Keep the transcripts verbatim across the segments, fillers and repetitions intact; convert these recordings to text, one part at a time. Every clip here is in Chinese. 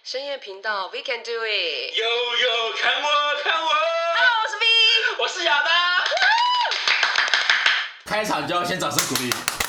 深夜频道 We Can Do It。 悠悠看我看我 Hello， 我是 V， 我是亚当。 开场就要先掌声鼓励。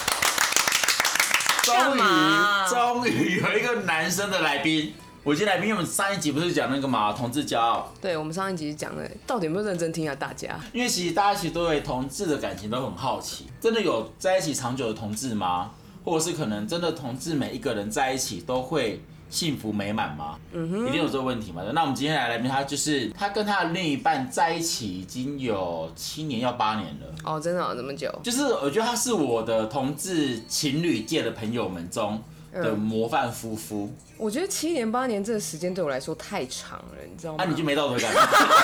终于，终于有一个男生的来宾。我今天来宾，因为我们上一集不是讲那个嘛，同志骄傲。 对，我们上一集讲的，到底有没有认真听啊？大家， 因为其实大家其实对同志的感情都很好奇，真的有在一起长久的同志吗？或者是可能真的同志每一个人在一起都会幸福美满吗？嗯哼，一定有这个问题嘛。那我们今天来来宾，他就是他跟他的另一半在一起已经有七年要八年了。 哦，真的有这么久？ 就是我觉得他是我的同志情侣界的朋友们中的模范夫妇。嗯、 我觉得七年八年这个时间对我来说太长了，你知道吗？ 那、啊、你就没道德感。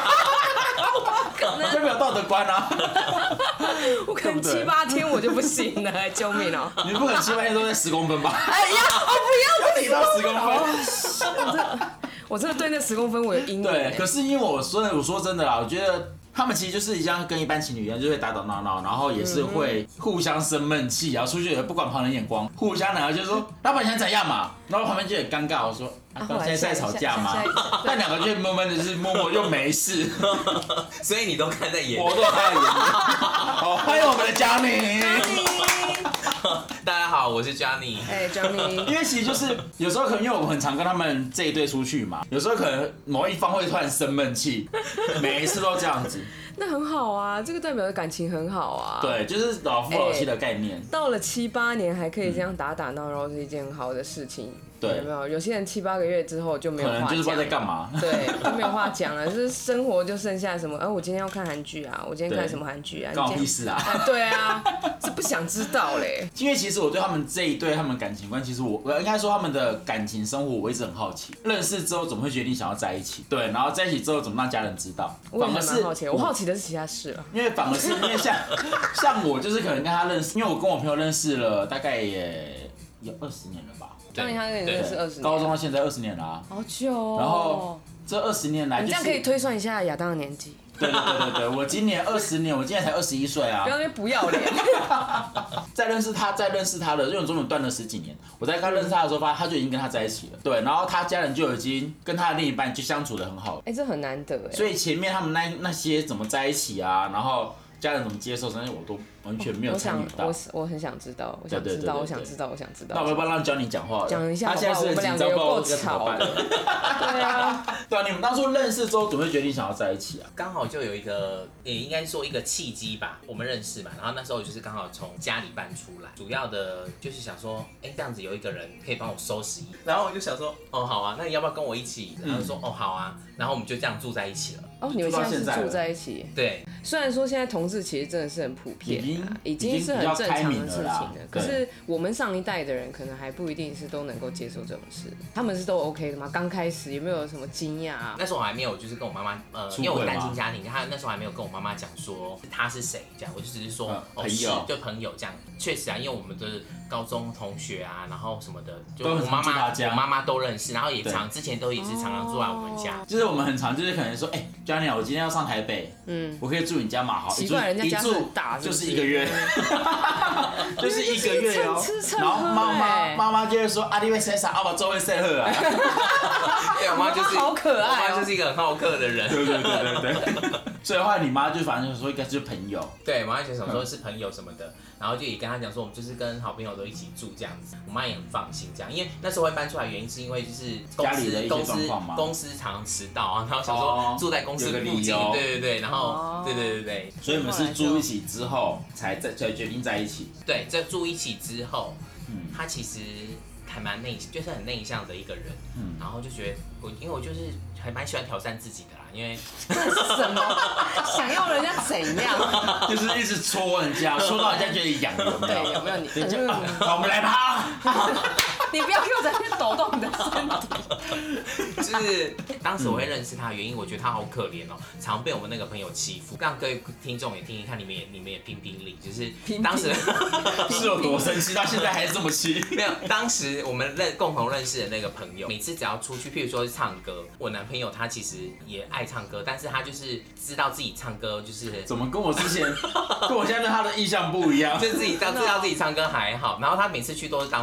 那就没有道德观啊！ 我可能七八天我就不行了，救命哦！ 你不可能七八天都在十公分吧？ 哎呀，我不要！ 你到十公分， 我真的，我真的对那十公分我有阴影。 对，可是因为我说，我说真的啦，我觉得他们其实就是像跟一般情侣一样，就会打打闹闹，然后也是会互相生闷气，然后出去也不管旁人眼光，互相然后就说老板想怎样嘛，然后旁边就很尴尬，我说。啊、现在在吵架吗？但两个就闷闷的，就是默默就没事， 所以你都看在眼里， 我都看在眼里。好，欢迎我们的 Johnny。 大家好，我是 Johnny。 哎、欸、，Johnny。 因为其实就是有时候可能因为我们很常跟他们这一对出去嘛，有时候可能某一方会突然生闷气，每一次都这样子。 那很好啊，这个代表的感情很好啊。 对，就是老夫老妻的概念。 欸、到了七八年还可以这样打打闹闹，是一件很好的事情。 对， 有没有？有些人七八个月之后就没有话讲， 可能就是不知道在干嘛。 对，就没有话讲了，就是生活就剩下什么？哎、啊，我今天要看韩剧啊，我今天看什么韩剧啊？ 关我屁事啊！ 啊对啊，是不想知道嘞。 因为其实我对他们这一对他们感情观，其实我我应该说他们的感情生活，我一直很好奇。认识之后怎么会决定想要在一起？对，然后在一起之后怎么让家人知道？ 我也蛮好奇的，我好奇的是其他事了。 因为反而是因为像像我就是可能跟他认识，因为我跟我朋友认识了大概也有二十年了吧。 当年他跟你认识二十年， 高中到现在二十年了啊， 好久哦。 然后这二十年来、就是， 你这样可以推算一下亚当的年纪。 对对对对对，我今年二十年，我今年才二十一岁啊！ 不要那边不要脸。 在认识他，在认识他的，因为我中间断了十几年。我在刚认识他的时候，发现他就已经跟他在一起了。对，然后他家人就已经跟他的另一半就相处得很好。 哎、欸，这很难得哎。 所以前面他们那那些怎么在一起啊，然后家人怎么接受，那些我都完全没有参与到。 我我我很想知道，我想知道，我想知道，我想知道。 那我要不要让 Johnny 讲话？ 讲一下好不好？ 他现在是很紧张，不知道该怎么办。 对啊， 对啊，你们当初认识之后，怎么会决定想要在一起啊？ 刚好就有一个，也应该说一个契机吧。我们认识嘛，然后那时候就是刚好从家里搬出来，主要的就是想说，哎、欸，这样子有一个人可以帮我收拾衣服，然后我就想说，哦，好啊，那你要不要跟我一起？然后就说，哦，好啊，然后我们就这样住在一起了。 哦，你们现在是住在一起？ 对。 虽然说现在同志其实真的是很普遍， 已经已经是很正常的事情了。可是我我们上一代的人可能还不一定是都能够接受这种事。他们是都 OK 的吗？刚开始有没有什么惊讶啊？ 那时候我还没有，就是跟我妈妈，呃，因为我单亲家庭，他那时候还没有跟我妈妈讲说他是谁，这样，我就只是说、嗯、哦是就朋友这样。确实啊，因为我们的高中同学啊，然后什么的，就我妈妈我妈妈都认识，然后也常之前都也是常常住在我们家。 就是我们很常就是可能说，哎、欸、，Johnny， 我今天要上台北，嗯，我可以住你家嘛？好， 奇怪，人家家很大， 就是一个月，就是一个月哦。然后妈妈妈妈就会说，啊，你会洗啥？啊，我做会洗好啊。 对，我妈就是好可爱、哦， 我妈就是一个很好客的人。 对对对对对。所以后来你妈就反正就说应该就是朋友。 对，我妈就想说是朋友什么的，然后就也跟她讲说，我们就是跟好朋友都一起住这样子。我妈也很放心这样，因为那时候会搬出来原因是因为就是公司公司公司常常迟到啊，然后想说住在公司附近，对对对，然后、哦、对对对对。 所以你们是住一起之后才在才决定在一起。 对，在住一起之后，嗯，他其实还蛮内，就是很内向的一个人，嗯，然后就觉得我，因为我就是还蛮喜欢挑战自己的啦，因为这是什么？想要人家怎样？ 就是一直戳人家，戳到人家觉得痒，有没有？ 对，有没有你？ 对，就啊，好，我们来吧。 你不要给我在那边抖动你的身体。 就是当时我会认识他的原因，我觉得他好可怜哦，常被我们那个朋友欺负。让各位听众也听一看，你们也你们也评评理，就是当时是有多生气，到现在还是这么气。 没有，当时我们认共同认识的那个朋友，每次只要出去，譬如说是唱歌，我男朋友他其实也爱唱歌，但是他就是知道自己唱歌就是怎么跟我之前跟我现在对他的印象不一样， 就自己知道知道自己唱歌还好，然后他每次去都是当分母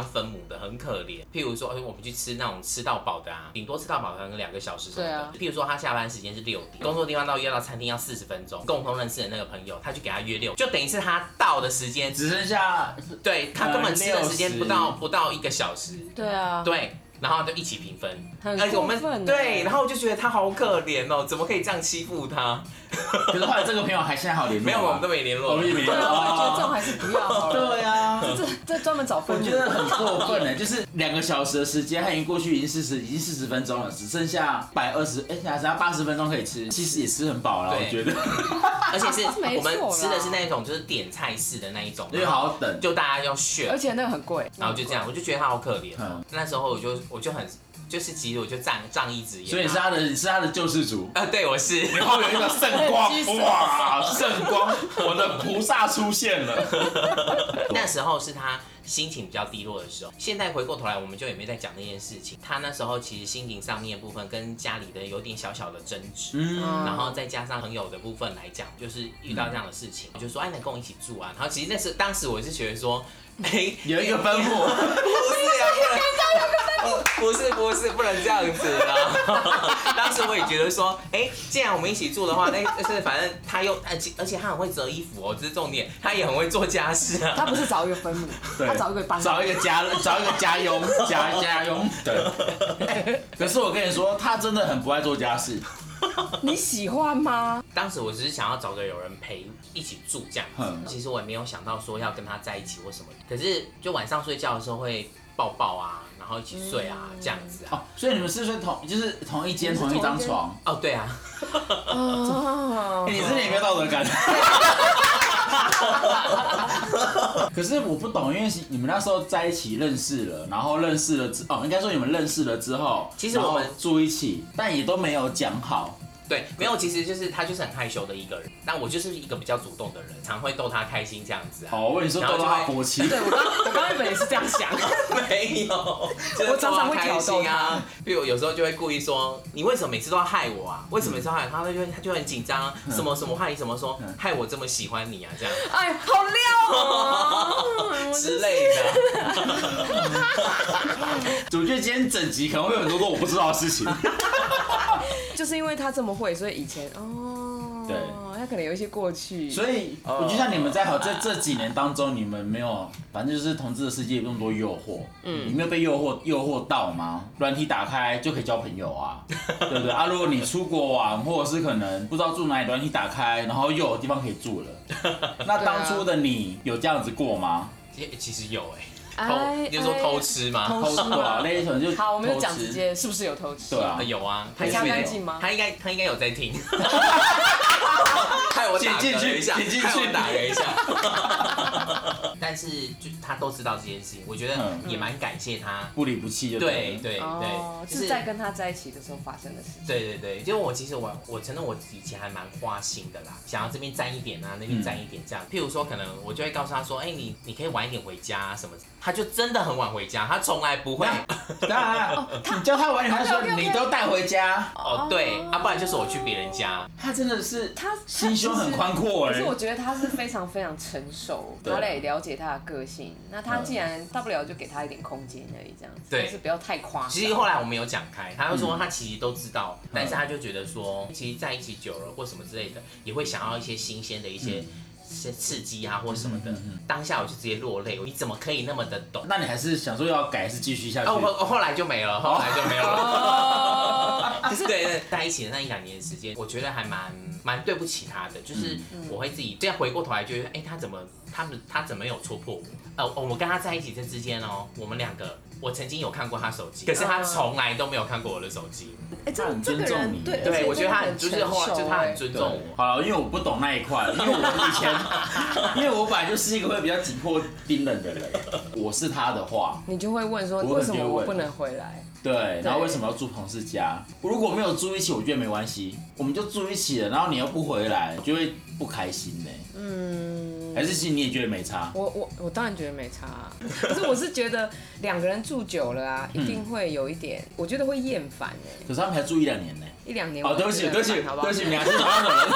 的，很可怜。譬如说，我们去吃那种吃到饱的啊，顶多吃到饱可能两个小时什么的。啊、譬如说他下班时间是六点，工作地方到约到餐厅要四十分钟，共同认识的那个朋友，他就给他约六，就等于是他到的时间只剩下， 对他根本吃的时间不到不到一个小时。 对啊， 对。然后就一起平分， 而且我们对，然后我就觉得他好可怜哦，怎么可以这样欺负他？ 可是后来这个朋友还现在好联络， 没有，我们都没联络， 我们也没联络。 我觉得这种还是不要好了。 对啊， 这这专门找分。 我觉得很过分呢，就是两个小时的时间，他已经过去已经四十，已经四十分钟了，只剩下百二十，哎，还剩下八十分钟可以吃，其实也吃很饱了，我觉得。 而且是我们吃的是那种就是点菜式的那一种， 因为好好等， 就大家要选， 而且那个很贵， 然后就这样，我就觉得他好可怜。那时候我就我就很。就是其实我就仗仗义直言， 所以你是他的，你是他的救世主啊！对，我是。 然后有一个圣光，哇，圣光，我的菩萨出现了。 那时候是他心情比较低落的时候。现在回过头来，我们就也没在讲那件事情。他那时候其实心情上面的部分跟家里的有点小小的争执，嗯，然后再加上朋友的部分来讲，就是遇到这样的事情，我就说，哎，能跟我一起住啊？然后其实那是当时我是觉得说，哎， 有一个分母， 不是啊，不是不是不能这样子的。当时我也觉得说，哎、欸，既然我们一起住的话，那就是反正他又，而且他很会折衣服哦，这是重点，他也很会做家事啊。 他不是找一个分母，他找一个帮， 找一个家，找一个家佣，家家佣。对。可是我跟你说，他真的很不爱做家事。 你喜欢吗？ 当时我只是想要找个有人陪一起住这样子，其实我也没有想到说要跟他在一起或什么。可是就晚上睡觉的时候会抱抱啊，然后一起睡啊，这样子啊。 哦，所以你们是睡同，就是同一间同一张床？ 哦，对啊。 哦， 你真的也没有道德感。可是我不懂，因为你们那时候在一起认识了，然后认识了之哦，应该说你们认识了之后， 其实我们住一起，但也都没有讲好。 对，没有，其实就是他就是很害羞的一个人，那我就是一个比较主动的人，常会逗他开心这样子啊。 哦，我跟你说逗他勃起。 对，我刚我刚原本也是这样想。 没有，就是我常常会挑逗他，比如有时候就会故意说，你为什么每次都要害我啊？为什么每次都害我？他就会他就很紧张，什么什么害你，什么说害我这么喜欢你啊这样。 哎，好撩哦之类的。 我觉得今天整集可能会有很多我不知道的事情。 就是因为他这么会，所以以前哦， 对， 他可能有一些过去。 所以我觉得像你们在好这这几年当中，你们没有，反正就是同志的世界有那么多诱惑，嗯，你没有被诱惑诱惑到吗？软体打开就可以交朋友啊，对不对啊？如果你出国玩，或者是可能不知道住哪里，软体打开，然后又有地方可以住了，那当初的你有这样子过吗？ 其实有哎、欸。 哎， 偷，你说偷吃吗？ 偷吃啊，那一种就好，我们就讲直接，是不是有偷吃？ 对啊， 有啊， 他家干净吗？ 他应该他应该有在听，害我打了一下，害我打了一下。但是就他都知道这件事情，我觉得也蛮感谢他， 不离不弃就对对对， 就是在跟他在一起的时候发生的事情。 对对对，就我其实我我承认我以前还蛮花心的啦，想要这边沾一点啊，那边沾一点这样。譬如说，可能我就会告诉他说，哎，你你可以晚一点回家什么。他就真的很晚回家，他从来不会。 当然，你叫他晚点，他说你都带回家。 哦，对，啊，不然就是我去别人家。 他真的是， 他心胸很宽阔哎。 可是我觉得他是非常非常成熟，他也了解他的个性。那他既然大不了就给他一点空间而已，这样子，但是不要太夸张。 其实后来我们有讲开，他就说他其实都知道，但是他就觉得说，其实在一起久了或什么之类的，也会想要一些新鲜的一些。些刺激啊，或什么的，嗯嗯嗯、当下我就直接落泪。你怎么可以那么的懂？ 那你还是想说要改，还是继续下去？ 哦，我后来就没了，后来就没有了。可是对，在一起的那一两年的时间，我觉得还蛮蛮对不起他的，就是我会自己这样回过头来，觉得哎，他怎么他们他怎么有戳破我？呃，我跟他在一起这之间哦，我们两个。我曾经有看过他手机，可是他从来都没有看过我的手机。 哎， 他很尊重你， 对， 对我觉得他很就是后来就他很尊重我。 好了，因为我不懂那一块，因为我以前，因为我本来就是一个会比较紧迫盯人的人。我是他的话， 你就会问说，为什么我不能回来？ 对，然后为什么要住同事家？如果没有住一起，我觉得没关系，我们就住一起了。然后你又不回来，我就会不开心呢。嗯，还是其实你也觉得没差？ 我我我当然觉得没差、啊，可是我是觉得两个人住久了啊，一定会有一点，嗯、我觉得会厌烦哎。 可是他们才住一两年呢。 一两年。 哦，对不起，对不起，对不起，你还是同样的人。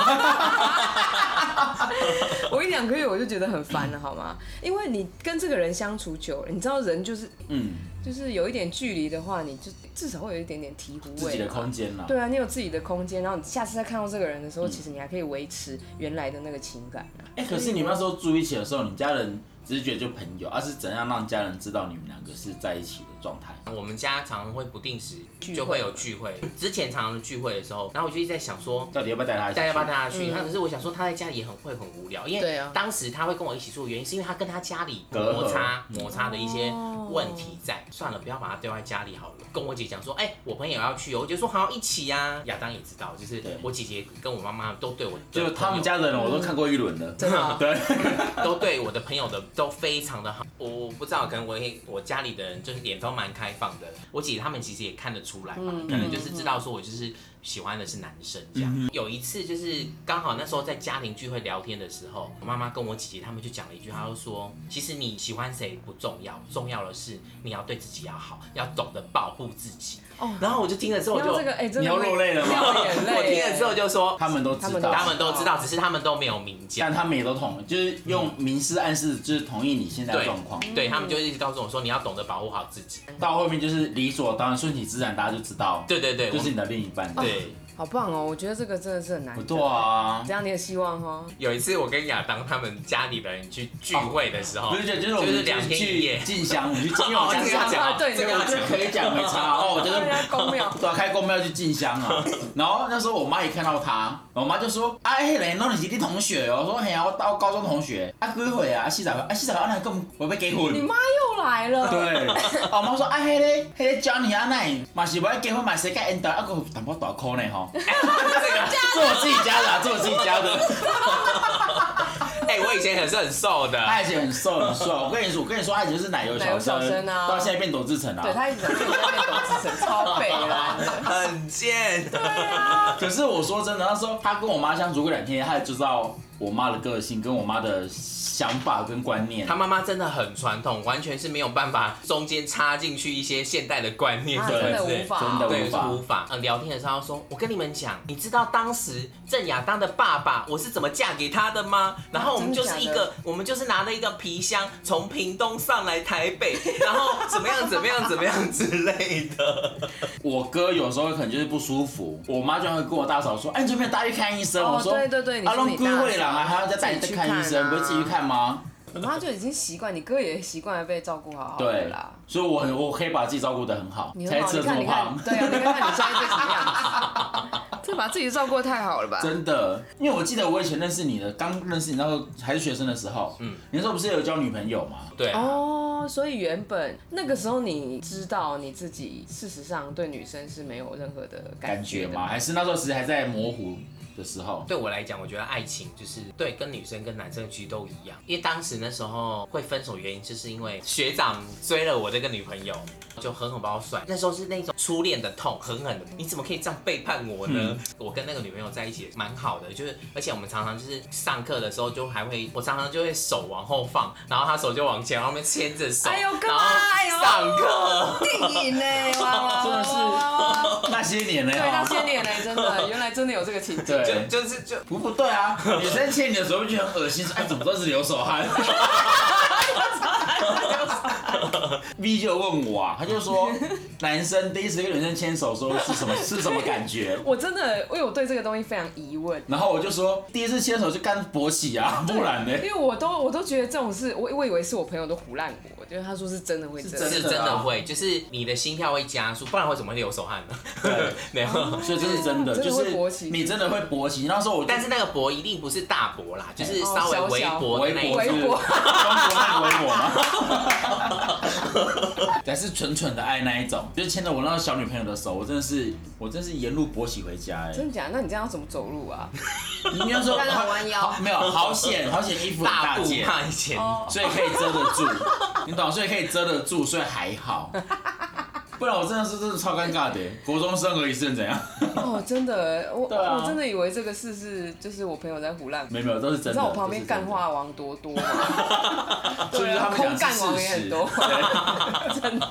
我一两个月我就觉得很烦了，好吗？因为你跟这个人相处久了，你知道人就是，嗯，就是有一点距离的话，你就至少会有一点点醍醐味， 自己的空间啦。 对啊，你有自己的空间，然后你下次再看到这个人的时候，嗯、其实你还可以维持原来的那个情感啊。 哎、欸，可是你们那时候住一起的时候，你家人只是觉得就朋友，而、啊、是怎样让家人知道你们两个是在一起的状态？ 我们家常常会不定时就会有聚会，之前常常聚会的时候，然后我就一直在想说， 到底要不要带他一起？ 要不要带他去？嗯、可是我想说他在家里也很会很无聊，因为当时他会跟我一起住的原因是因为他跟他家里摩擦摩擦的一些问题在。哦、算了，不要把他丢在家里好了。跟我姐讲说，哎、欸，我朋友要去，我就说好一起呀、啊。亚当也知道，就是我姐姐跟我妈妈都对我， 就他们家的人我都看过一轮了， 真的， 对， 都对我的朋友的都非常的好。我不知道，可能我我家里的人就是脸都蛮开放的，我姐他们其实也看得出来嘛，嗯、可能就是知道说我就是喜欢的是男生这样。嗯、有一次就是刚好那时候在家庭聚会聊天的时候，我妈妈跟我姐姐他们就讲了一句，她就说，其实你喜欢谁不重要，重要的是你要对自己要好，要懂得保护自己。哦、然后我就听了之后我就， 这个欸、 你要落泪了吗？ 我听了之后就说， 他们都知道， 他们都知道，只是他们都没有明讲， 但他们也都同，就是用明示暗示，就是同意你现在的状况。 对，他们就一直告诉我说，你要懂得保护好自己。 到后面就是理所当然、顺其自然，大家就知道。 对对对， 就是你的另一半。 对。 好棒哦！我觉得这个真的是很难得。 不错啊， 这样你有希望哦。 有一次我跟亚当他们家里的人去聚会的时候， 不是就就是我们两天一夜进香，我们去进香， 这个要讲， 对， 这个可以讲没差哦。我觉得公庙， 对啊，开公庙去进香啊。然后那时候我妈一看到他，我妈就说：“啊，迄个那你是你同学哦？”我说：“嘿啊，我到高中同学。啊，几岁啊？四十岁啊，四十岁啊，那根本我要结婚。” 你妈又来了。 对，我妈说：“啊，迄个迄个 Johnny 啊，那嘛是要结婚，嘛谁甲因搭，啊个淡薄大箍呢吼。”是我自己家的、啊，是我自己家的。 哎、欸，我以前可是很瘦的， 他以前很瘦很瘦。我跟你说，我跟你说，他以前是奶油小生， 生啊， 到现在变董志成啊。 对，他一直现在变董志成，超北啦， 很贱。 对啊。 可是我说真的，那时候他跟我妈相处过两天，他也知道我妈的个性跟我妈的想法跟观念。 他妈妈真的很传统，完全是没有办法中间插进去一些现代的观念， 真的无法， 真的对，是无法。呃，聊天的时候说，我跟你们讲，你知道当时郑亚当的爸爸我是怎么嫁给他的吗？然后我们就是一个，我们就是拿了一个皮箱从屏东上来台北，然后怎么样怎么样怎么样之类的。 我哥有时候可能就是不舒服，我妈就会跟我大嫂说，哎，你就没有带去看医生？ 哦、 我说， 对对对， 阿龙归会郎啊，还要再带你去看医生，不是自己去看吗？ 我妈就已经习惯，你哥也习惯了被照顾好好的啦。 所以我很，我可以把自己照顾得很好， 你才吃得这么胖。 对啊，你看看你现在这什么样子，这把自己照顾得太好了吧？ 真的，因为我记得我以前认识你的，刚认识你那时候还是学生的时候，嗯，你那时候不是有交女朋友吗？ 对、啊。 哦，所以原本那个时候你知道你自己事实上对女生是没有任何的感觉吗？还是那时候其实还在模糊？的时候， 对我来讲，我觉得爱情就是对跟女生跟男生其实都一样，因为当时那时候会分手原因，就是因为学长追了我这个女朋友，就狠狠把我甩。那时候是那种初恋的痛，狠狠的，你怎么可以这样背叛我呢？嗯、我跟那个女朋友在一起蛮好的，就是而且我们常常就是上课的时候就还会，我常常就会手往后放，然后他手就往前，然后我们牵着手， 哎呦然后上课。 电影呢， 真的是那些年了， 对那些年嘞，真的，原来真的有这个情节。 就就是就不不对啊，女生牵你的时候就很恶心，哎，怎么都是流手汗。V 就问我啊，他就说男生第一次跟女生牵手的时候是什么是什么感觉？ 我真的，因为我对这个东西非常疑问。 然后我就说第一次牵手就干勃起啊，不然呢？ 因为我都我都觉得这种事，我我以为是我朋友都胡乱我，就是他说是真的会这样， 是真的会，就是你的心跳会加速，不然会怎么会流手汗呢？ 对， 没有， 所以这是真的，就是你真的会勃起。那时候我， 但是那个勃一定不是大勃啦，就是稍微微勃的那一种， 微勃，中国那个微勃吗？还是纯纯的爱那一种，就是牵着我那个小女朋友的手，我真的是，我真是沿路勃起回家哎。 真的假的？那你这样要怎么走路啊？ 你应该说看到弯腰， 没有，好险，好险，衣服很大件， 大件， 所以可以遮得住，你懂？所以可以遮得住，所以还好。不然我真的是真的超尴尬的，国中生而已是怎样？ 哦，真的，我、 啊、 我真的以为这个事是就是我朋友在胡乱， 没有没有都是真的。 你知道我旁边干话王多多吗？ 对啊， 空干王也很多，真的。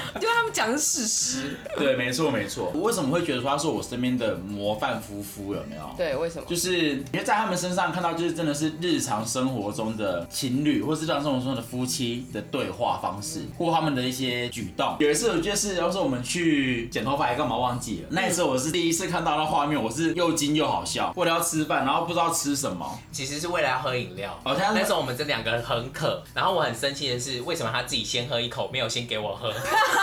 就他们讲的是事实。 对，没错没错。我为什么会觉得说他是我身边的模范夫妇？有没有？ 对，为什么？ 就是因为在他们身上看到，就是真的是日常生活中的情侣，或是日常生活中的夫妻的对话方式，或他们的一些举动。有一次我就是要是我们去剪头发，还干嘛忘记了？那一次我是第一次看到那画面，我是又惊又好笑。为了要吃饭，然后不知道吃什么， 其实是为了要喝饮料。 哦， 那时候我们这两个人很渴，然后我很生气的是，为什么他自己先喝一口，没有先给我喝？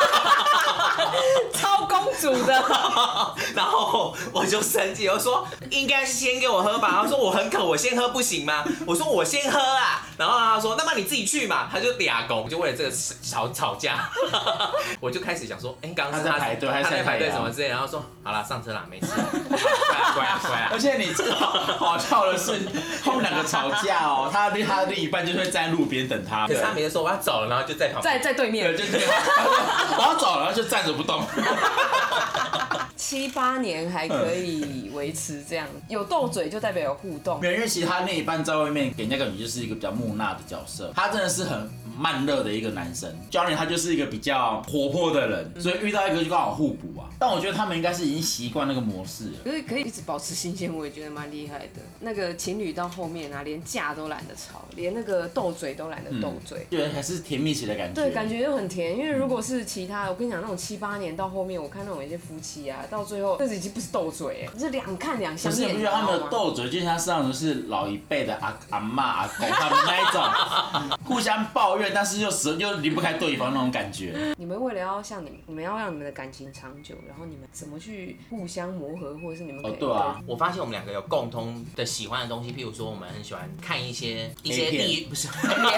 超公主的。 然后我就生气，我说应该是先给我喝吧。他说我很渴，我先喝不行吗？我说我先喝啊。然后他说那么你自己去嘛。他就俩公，就为了这个吵吵架。我就开始想说，哎、欸，刚刚是他在排队，他在排队什么之类，然后说好啦，上车啦，没事，乖啦乖啦乖啦。 而且你知道好笑的是，他们两个吵架哦，他另他的另一半就会站在路边等他， 可是他没得说我要走了，然后就在旁边， 在在对面， 对，就对，然后走了，然后就站着不动。 七八年还可以维持这样，有斗嘴就代表有互动。 没有，因为其实他另一半在外面给人家感觉就是一个比较木讷的角色，他真的是很慢热的一个男生。Johnny 他就是一个比较活泼的人，所以遇到一个就刚好互补啊。但我觉得他们应该是已经习惯那个模式了， 可是可以一直保持新鲜，我也觉得蛮厉害的。那个情侣到后面啊，连架都懒得吵，连那个斗嘴都懒得斗嘴， 对、嗯，还是甜蜜起的感觉。 对，感觉又很甜。因为如果是其他，我跟你讲，那种七八年到后面，我看那种一些夫妻啊，到最后这已经不是斗嘴，是两看两相厌。 不是，不觉得他们的斗嘴就像是那种是老一辈的阿阿嬷阿公他们那一种，互相抱怨，但是又死又离不开对方那种感觉。 你们为了要像你们，你们要让你们的感情长久，然后你们怎么去互相磨合，或者是你们可以、 哦、对啊， 我发现我们两个有共同的喜欢的东西，譬如说我们很喜欢看一些一些历，不是，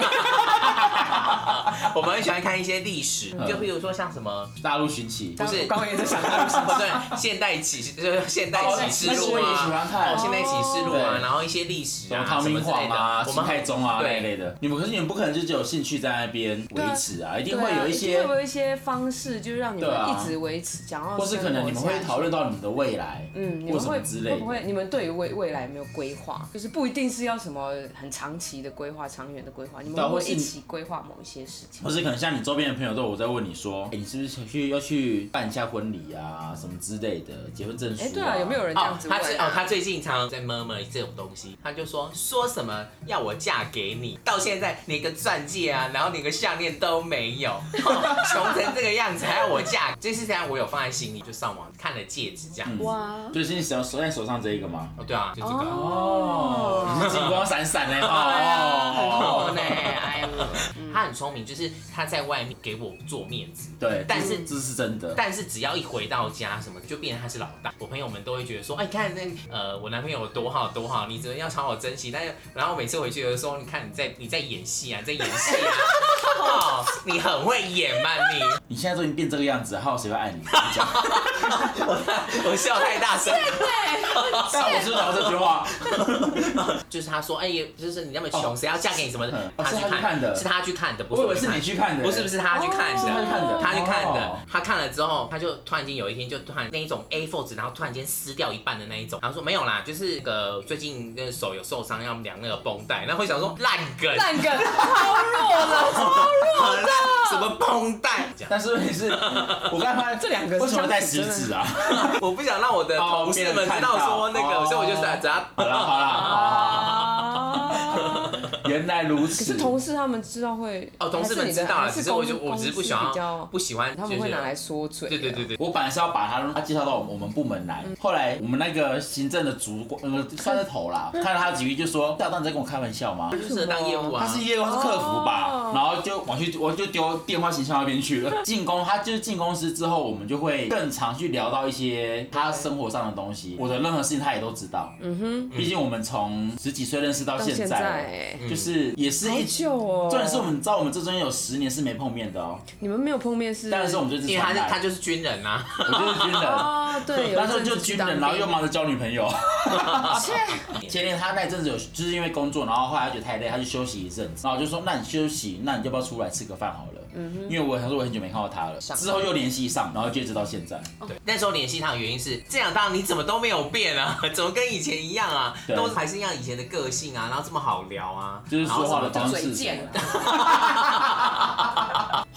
我们很喜欢看一些历史，就譬如说像什么大陆寻奇， 不是， 刚刚也在想大陆寻奇， 对，现代启就是现代启示录啊， 哦， 现代启示录啊，然后一些历史啊， 唐明皇啊， 我们太宗啊那一类的，你们可是你们不可能就只有兴趣在那边维持啊，一定会有一些， 会有一些方式，就是让你们一直维持，讲到， 或是可能你们会讨论到你们的未来， 嗯，你们会之类会不会？你们对于未未来有没有规划？就是不一定是要什么很长期的规划、长远的规划，你们会不会一起规划某一些事情？ 或是可能像你周边的朋友都有在问你说，哎，你是不是去要去办一下婚礼啊，什么之类的，结婚证书？ 哎，对啊，有没有人这样子问？ 他哦，他最近常常在 murmur 这种东西，他就说说什么要我嫁给你，到现在连个钻戒啊，然后连个项链都没有，穷成这个样子还要我嫁？这次这样我有放在心里，就上网看了戒指这样。 哇， 就是你手手在手上这一个吗？ 哦，对啊，就这个。 哦，你是金光闪闪呢， 哦，很厚呢，哎呦， 他很聪明，就是他在外面给我做面子， 对， 但是这是真的。 但是只要一回到家什么，就变成他是老大。我朋友们都会觉得说，哎，看那呃，我男朋友多好多好，你怎么要讨我珍惜？但是然后每次回去的时候，你看你在你在演戏啊，你在演戏啊，哦，你很会演嘛你。 你现在都已经变这个样子，还有谁会爱你？ 我我笑太大声。 但我知道这句话， 就是他说，哎、欸，就是你那么穷，谁、哦、要嫁给你什么的？ 哦、 他去看， 看的， 是他去看的，不是我以为是你去看的， 不是不是他去看的， 是他去看的， 他去看的。 哦、 他看了之后，他就突然间有一天就突然那一种 A 四 纸，然后突然间撕掉一半的那一种，然后说没有啦，就是那个最近那个手有受伤，要量那个绷带。然后我想说烂梗， 烂梗，超弱的，超弱的， 什么绷带？ 但是问题是，我刚才发现这两个为什么带食指啊？ 我不想让我的同事们知道说那个，所以我就只要好了好了，原来如此。 可是同事他们知道会哦，同事们知道了，只是我就我只是不喜欢，不喜欢， 他们会拿来说嘴。 对对对对， 我本来是要把他他介绍到我们部门来，后来我们那个行政的主管，呃，算是头啦，看到他几句就说：“大当你在跟我开玩笑吗？” 他就是当业务啊， 他是业务，他是客服吧？然后就往去，我就丢电话形象那边去了。进公，他就是进公司之后，我们就会更常去聊到一些他生活上的东西。我的任何事情他也都知道。嗯哼，毕竟我们从十几岁认识到现在，就是也是一久哦。 重点是我们知道我们这中间有十年是没碰面的哦。 你们没有碰面是？ 当然是我们就是因为他是他就是军人啊， 我就是军人哦，对， 那时候就军人，然后又忙着交女朋友。前年他那阵子有就是因为工作，然后后来他觉得太累，他就休息一阵子，然后我就说那你休息，那你要不要出来吃个饭好了？嗯哼，因为我想说我很久没看到他了，之后又联系上，然后就一直到现在。 对，那时候联系他的原因是这样，当然你怎么都没有变啊，怎么跟以前一样啊？都还是一样以前的个性啊，然后这么好聊啊， 就是说话的方式。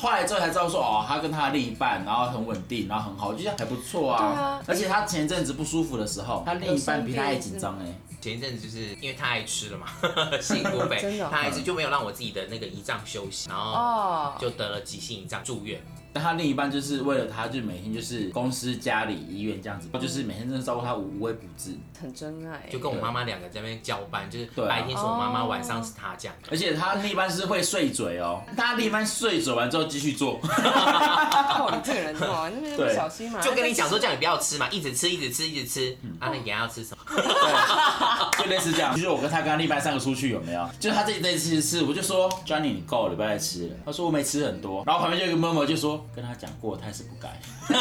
后来之后才知道说，哦，他跟他另一半，然后很稳定，然后很好，我觉得还不错啊。 对啊。 而且他前一阵子不舒服的时候，他另一半比他还紧张哎。 前一阵子就是因为他爱吃了嘛，幸福肥，他爱吃就没有让我自己的那个胰脏休息，然后就得了急性胰脏住院。 但他另一半就是为了他，就每天就是公司、家里、医院这样子，就是每天真的照顾他无微不至， 很真爱。 就跟我妈妈两个在那边交班，就是白天是我妈妈，晚上是他这样。 而且他另一半是会碎嘴哦，他另一半碎嘴完之后继续做。 哦，你这个人哦，那边不小心嘛。 就跟你讲说叫你不要吃嘛，一直吃，一直吃，一直吃。啊，那你等下要吃什么？ 对，就类似这样。就是我跟他跟他另一半三个出去有没有？就是他这这次吃，我就说 Johnny 你够了，不要再吃了。他说我没吃很多，然后旁边就有一个默默就说。跟他讲过，他还是不改。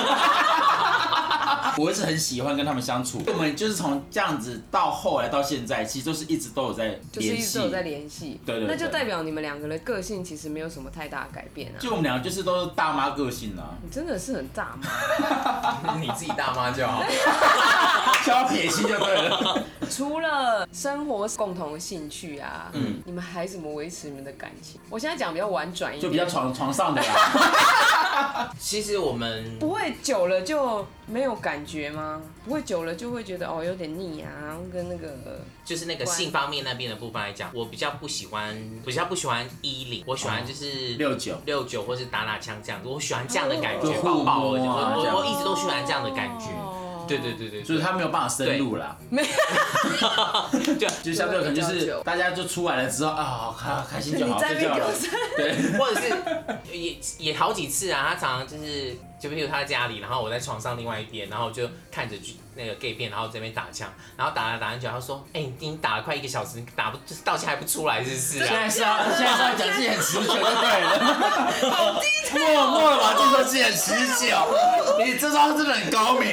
我一直很喜欢跟他们相处，我们就是从这样子到后来到现在，其实都是一直都有在联系， 就是一直都有在联系。 对 对, 对， 那就代表你们两个的个性其实没有什么太大的改变啊。 就我们两个就是都是大妈个性啊。 你真的是很大妈。 你自己大妈就好。 就要撇清就对了。 除了生活共同的兴趣啊，嗯，你们还怎么维持你们的感情？我现在讲比较婉转一点， 就比较床床上的啦。 其实我们不会久了就没有感觉吗？不会久了就会觉得哦有点腻啊，跟那个就是那个性方面那边的部分来讲，我比较不喜欢，比较不喜欢衣领，我喜欢就是六九六九或是打打枪这样子，我喜欢这样的感觉，抱抱，我我我一直都喜欢这样的感觉。对对对对， 就是他没有办法深入啦， 没， 就就相对可能就是大家就出来了之后啊，好开开心就好，睡觉了，对， 或者是也也好几次啊，他常常就是就比如他在家里，然后我在床上另外一边，然后我就看着那个 gay 片，然后这边打枪，然后打了打很久，他说，哎、欸，你打了快一个小时，你打不就是到现在还不出来，是不是啊？ 现在是要现在是要讲自己很持久就对了，好低调，默默的把自己说自己很持久，你这招真的很高明。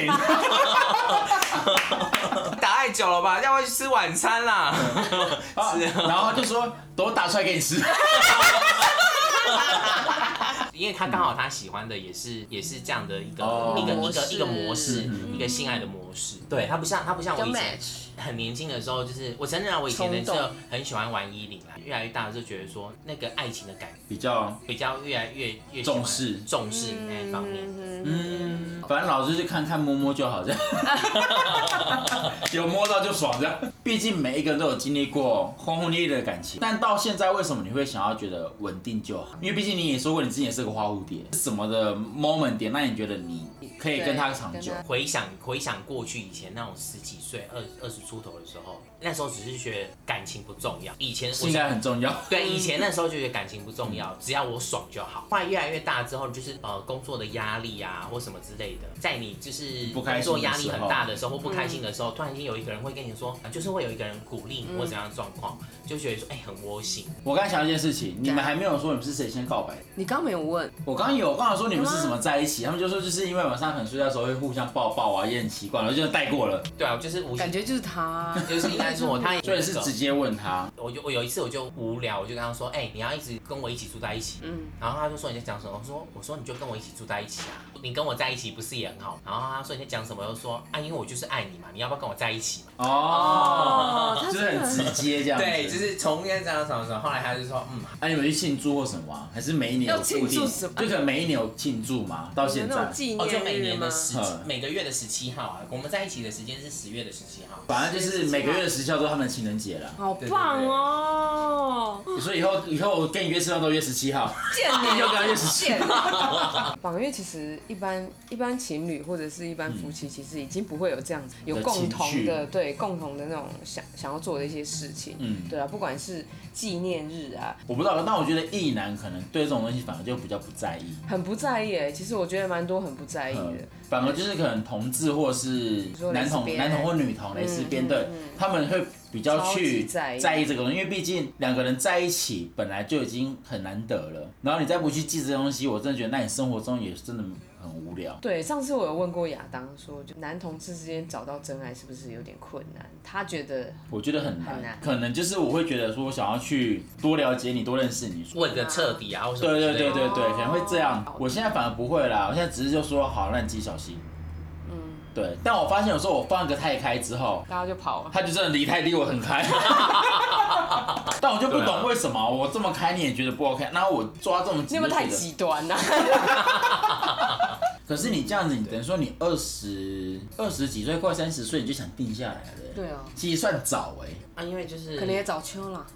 打太久了吧，要不要去吃晚餐啦？ 是，然后就说等我打出来给你吃。 因为他刚好他喜欢的也是也是这样的一个、哦、一个一个一个模式，嗯、一个性爱的模式。对，他不像他不像我以前很年轻的时候，就是我承认啊，我以前的时候很喜欢玩衣领啦。越来越大就觉得说那个爱情的感比较比较越来越越重视重视那一方面。 嗯，反正老师就看看摸摸就好，这样有摸到就爽这样。毕竟每一个人都有经历过轰轰烈烈的感情，但到现在为什么你会想要觉得稳定就好？因为毕竟你也说过你自己也是个花蝴蝶，什么的 moment 点让你觉得你可以跟他长久？ 回想回想过去以前那种十几岁、二二十出头的时候，那时候只是觉得感情不重要。以前性爱很重要。 对，以前那时候就觉得感情不重要，只要我爽就好。后来越来越大之后，就是呃工作的压力啊或什么之类的，在你就是工作压力很大的时候或不开心的时候，突然间有一个人会跟你说，就是会有一个人鼓励你或怎样的状况，就觉得说哎、欸、很窝心。 我刚才想到一件事情，你们还没有说你们是谁先告白？ 你刚没有问。 我刚有，我刚刚说你们是怎么在一起，他们就说就是因为晚上可能睡觉的时候会互相抱抱啊，也很奇怪，然后就带过了。 对啊，就是无感觉就是他， 就是应该说他， 所以是直接问他。 我就我有一次我就无聊，我就跟他说，哎、欸，你要一直跟我一起住在一起。嗯。然后他就说你在讲什么？我说我说你就跟我一起住在一起啊，你跟我在一起不是也很好？然后他说你在讲什么？我就说啊，因为我就是爱你嘛，你要不要跟我在一起嘛？ 哦，就是很直接这样子。 对，就是从这样这样什么什么，后来他就说嗯， 啊你们去庆祝或什么啊？还是每一年有庆祝什么？ 就可能每一年有庆祝嘛，到现在。 哦，就每年的十每个月的十七号啊，我们在一起的时间是十月的十七号。 反正就是每个月的十七号都是他们的情人节了。 好棒哦！ 所以以后以后我跟你约吃饭都约十七号， 见你以后跟他约十七号。绑约其实一般一般情侣或者是一般夫妻，其实已经不会有这样子有共同的对共同的那种想想要做的一些事情。嗯，对啊，不管是纪念日啊， 我不知道，但我觉得异男可能对这种东西反而就比较不在意， 很不在意哎。其实我觉得蛮多很不在意的，嗯、 反而就是可能同志或是男同男同或女同蕾丝边的，他们会比较去在意这个东西，因为毕竟两个人在一起本来就已经很难得了，然后你再不去记这东西，我真的觉得那你生活中也真的很无聊。 对，上次我有问过亚当说，就男同志之间找到真爱是不是有点困难？他觉得， 我觉得很难，很难可能就是我会觉得说，我想要去多了解你，多认识你， 问个彻底啊，或者对对对对对，可能会这样。我现在反而不会啦，我现在只是就说好，那你自己小心。 对，但我发现有时候我放一个太开之后， 大家就跑了， 他就真的离太离我很开。但我就不懂为什么我这么开你也觉得不 OK， 然后我抓这么紧， 你有没有太极端了、啊？ 可是你这样子，你等于说你二十二十几岁，快三十岁你就想定下来了。 对啊， 其实算早哎、 欸。啊，因为就是可能也早秋了。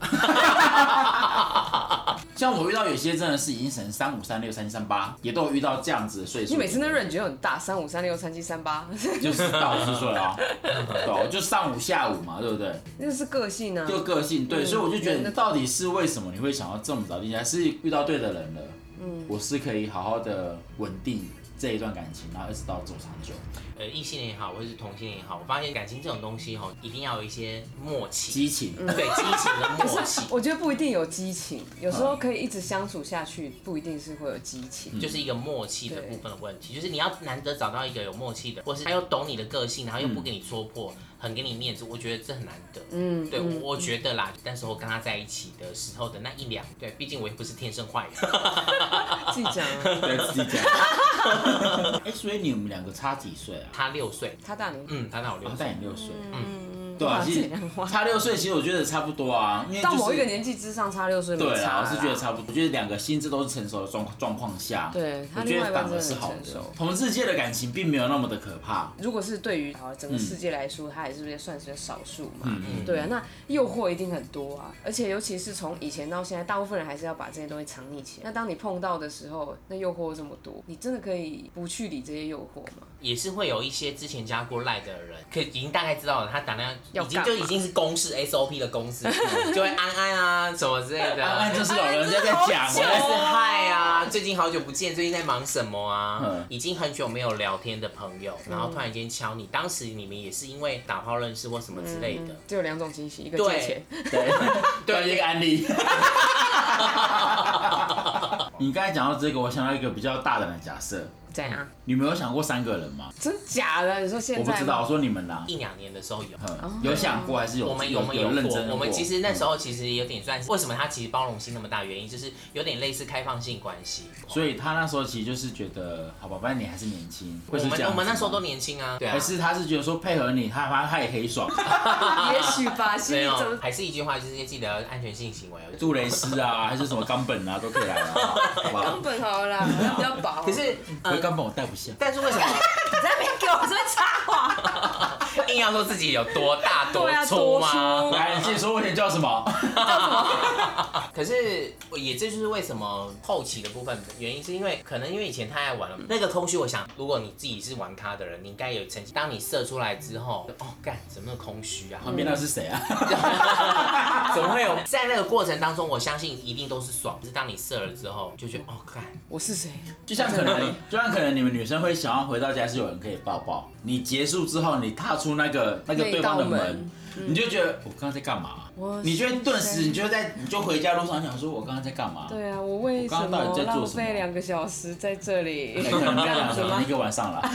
像我遇到有些真的是已经成三五、三六、三七、三八，也都有遇到这样子的岁数。 你每次那 range 就很大，三五、三六、三七、三八， 就是大五十岁啊，对，就上午下午嘛，对不对？ 那是个性啊， 就个性对，嗯、所以我就觉得到底是为什么你会想要这么早定下来？是遇到对的人了，嗯，我是可以好好的稳定这一段感情，然后一直到走长久。 呃，异性恋也好，或者是同性恋也好，我发现感情这种东西哈，一定要有一些默契、 激情， 嗯、对激情的默契。 我觉得不一定有激情，有时候可以一直相处下去，不一定是会有激情， 嗯、就是一个默契的部分的问题。就是你要难得找到一个有默契的，或是他又懂你的个性，然后又不给你戳破，很给你面子，我觉得这很难得。嗯，对，嗯、我觉得啦，那时候跟他在一起的时候的那一两，对，毕竟我也不是天生坏人。 自己讲， 对，自己讲。哎、欸，所以你们两个差几岁啊？ 他六岁， 他大你， 嗯，他大我六岁， 他大你六岁， 嗯， 对啊，其实差六岁，其实我觉得差不多啊，因为、就是、 到某一个年纪之上差六岁没差， 对啊，我是觉得差不多。我觉得两个心智都是成熟的状状况下， 对， 我觉得反而是好的。同志界的感情并没有那么的可怕。 如果是对于整个世界来说，它也是不是算是少数嘛？嗯嗯，对啊，那诱惑一定很多啊，而且尤其是从以前到现在，大部分人还是要把这些东西藏匿起来。那当你碰到的时候，那诱惑这么多，你真的可以不去理这些诱惑吗？ 也是会有一些之前加过赖的人，可已经大概知道了，他打量已经就已经是公式 S O P 的公式，就会安安啊什么之类的。 安安就是老人家在讲， 或者是嗨啊，最近好久不见，最近在忙什么啊？嗯、已经很久没有聊天的朋友，然后突然间敲你，当时你们也是因为打炮认识或什么之类的。嗯、 只有两种情形，一个借钱， 对对，一个案例。你刚才讲到这个，我想到一个比较大胆的假设。 怎样？ 你们有想过三个人吗？ 真假的？你说现在？ 我不知道，我说你们啦。 一两年的时候有， 有想过还是有？ 我们有我们有认真过。我们其实那时候其实有点算是为什么他其实包容性那么大，原因就是有点类似开放性关系。 所以他那时候其实就是觉得，好吧，反正你还是年轻， 我们我们那时候都年轻啊，对啊。 还是他是觉得说配合你，他他他也可以爽。 也许吧，没有。 还是一句话，就是记得安全性行为。 杜蕾斯啊，还是什么冈本啊，都可以来了，好吧？ 冈本好啦，比较薄。 可是， 可冈本我带不下。 但是为什么？ 你在那边给我这边插话， 硬要说自己有多大多粗吗？ 来，你自己说问题叫什么？ 叫什么？ 可是也这就是为什么后期的部分原因，是因为可能因为以前太爱玩了，那个空虚。我想，如果你自己是玩咖的人，你应该有曾经，当你射出来之后，哦，干，怎么那么空虚啊？ 旁边那是谁啊？ 怎么会有？在那个过程当中，我相信一定都是爽。可是当你射了之后，就觉得哦，干， 我是谁？ 就像可能，就像可能你们女生会想要回到家是有人可以抱抱。你结束之后，你踏出那个那个对方的门，你就觉得我刚刚在干嘛？你就会顿时，你就在你就回家路上想说，我刚刚在干嘛？ 对啊，我为什么浪费两个小时在这里？ 可能不要讲什么一个晚上了。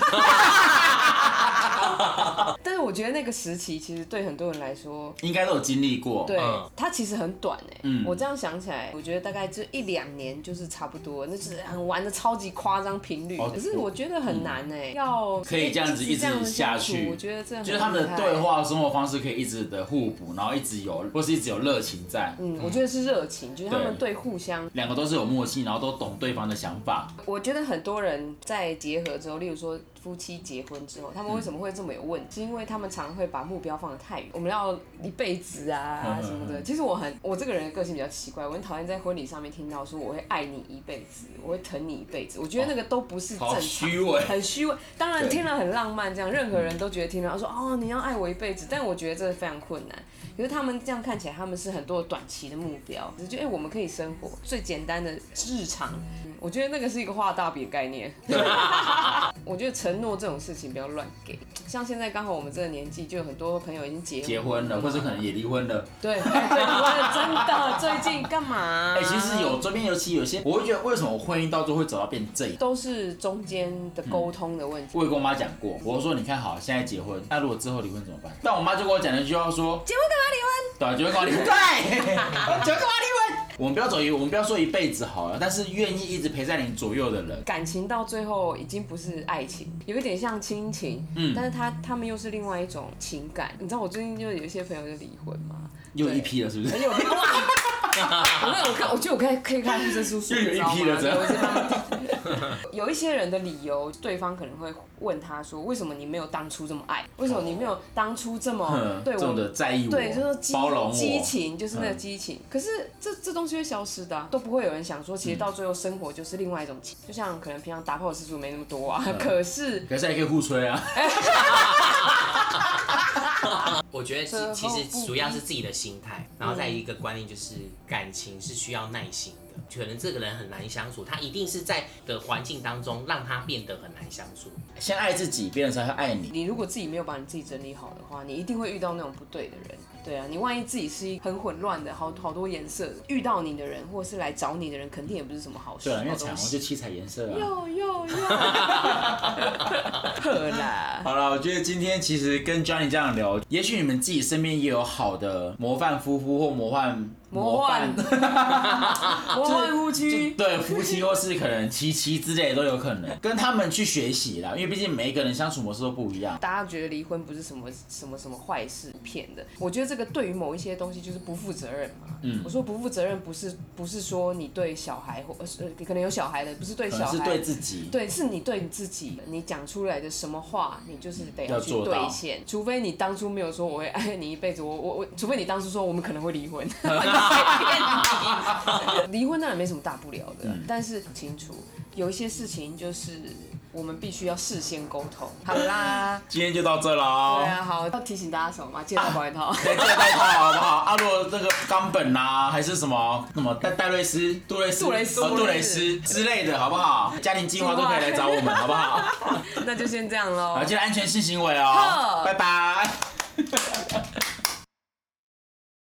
但是我觉得那个时期其实对很多人来说， 应该都有经历过。 对，它其实很短哎。嗯，我这样想起来，我觉得大概就一两年就是差不多，那是很玩的超级夸张频率。可是我觉得很难哎，要可以这样子一直下去。 我觉得这样就是他们的对话生活方式可以一直的互补，然后一直有或是一直有热情在。 嗯，我觉得是热情，就是他们对互相两个都是有默契，然后都懂对方的想法。 我觉得很多人在结合之后，例如说夫妻结婚之后，他们为什么会这么有问题？是因为他们常会把目标放得太远，我们要一辈子啊什么的。其实我很，我这个人的个性比较奇怪，我很讨厌在婚礼上面听到说我会爱你一辈子，我会疼你一辈子。我觉得那个都不是正常， 好虚伪， 很虚伪。当然听了很浪漫，这样任何人都觉得听了说哦你要爱我一辈子，但我觉得这非常困难。可是他们这样看起来，他们是很多短期的目标，只是觉得哎我们可以生活最简单的日常。我觉得那个是一个画大饼的概念。我觉得承诺这种事情不要乱给。像现在刚好我们这个年纪，就有很多朋友已经结婚结婚了，或者可能也离婚了。 对，对，离婚了，真的。最近干嘛？ 哎、欸，其实有周边尤其有些，我会觉得为什么婚姻到最后会走到变这样， 都是中间的沟通的问题。 嗯、我也跟我妈讲过，我说你看好，现在结婚，那如果之后离婚怎么办？但我妈就跟我讲了一句话说，结婚干嘛离婚？对，结婚干嘛离婚？对，结婚干嘛离婚？ 我们不要走一，我们不要说一辈子好了，但是愿意一直陪在你左右的人， 感情到最后已经不是爱情，有一点像亲情，嗯，但是他他们又是另外一种情感。你知道我最近就有一些朋友就离婚嘛， 又一批了是不是？ 又一批哇！我那我看，我觉得我可以可以看护身书， 又有一批了， 有一些人的理由，对方可能会问他说：“为什么你没有当初这么爱？为什么你没有当初这么对我的在意我？ 对，就是包容我， 激情就是那个激情。可是这这东西会消失的、啊，都不会有人想说，其实到最后生活就是另外一种情。就像可能平常打炮的次数没那么多啊，可是可是还可以互吹啊。 我觉得其实主要是自己的心态，然后再一个观念就是感情是需要耐心的。可能这个人很难相处，他一定是在的环境当中让他变得很难相处。 先爱自己，别人才会爱你。 你如果自己没有把你自己整理好的话，你一定会遇到那种不对的人。对啊，你万一自己是一很混乱的，好好多颜色，遇到你的人或是来找你的人，肯定也不是什么好事。 对啊，因为彩虹就七彩颜色啊。 哟哟哟！呵啦。 好了，我觉得今天其实跟 Johnny 这样聊，也许你们自己身边也有好的模范夫妇或模范。 模范，模范夫妻， 对夫妻或是可能妻妻之类的都有可能，跟他们去学习啦，因为毕竟每一个人相处模式都不一样。 大家觉得离婚不是什么什么什么坏事，骗的。我觉得这个对于某一些东西就是不负责任嘛。嗯，我说不负责任不是不是说你对小孩或呃可能有小孩的，不是对小孩， 是对自己， 对，是你对你自己，你讲出来的什么话，你就是得要去兑现，除非你当初没有说我会爱你一辈子，我我我，除非你当初说我们可能会离婚。离婚当然没什么大不了的，嗯、但是很清楚有一些事情就是我们必须要事先沟通。好啦， 今天就到这了哦。 对啊，好，要提醒大家什么吗？记得带外套， 对，记得带套好不好？啊，如果那个冈本啊，还是什么什么戴戴瑞斯、杜蕾斯、 杜蕾斯、 杜蕾斯之类的，好不好？家庭计划都可以来找我们，好不好？ 那就先这样喽。 好，记得安全性行为哦。拜拜。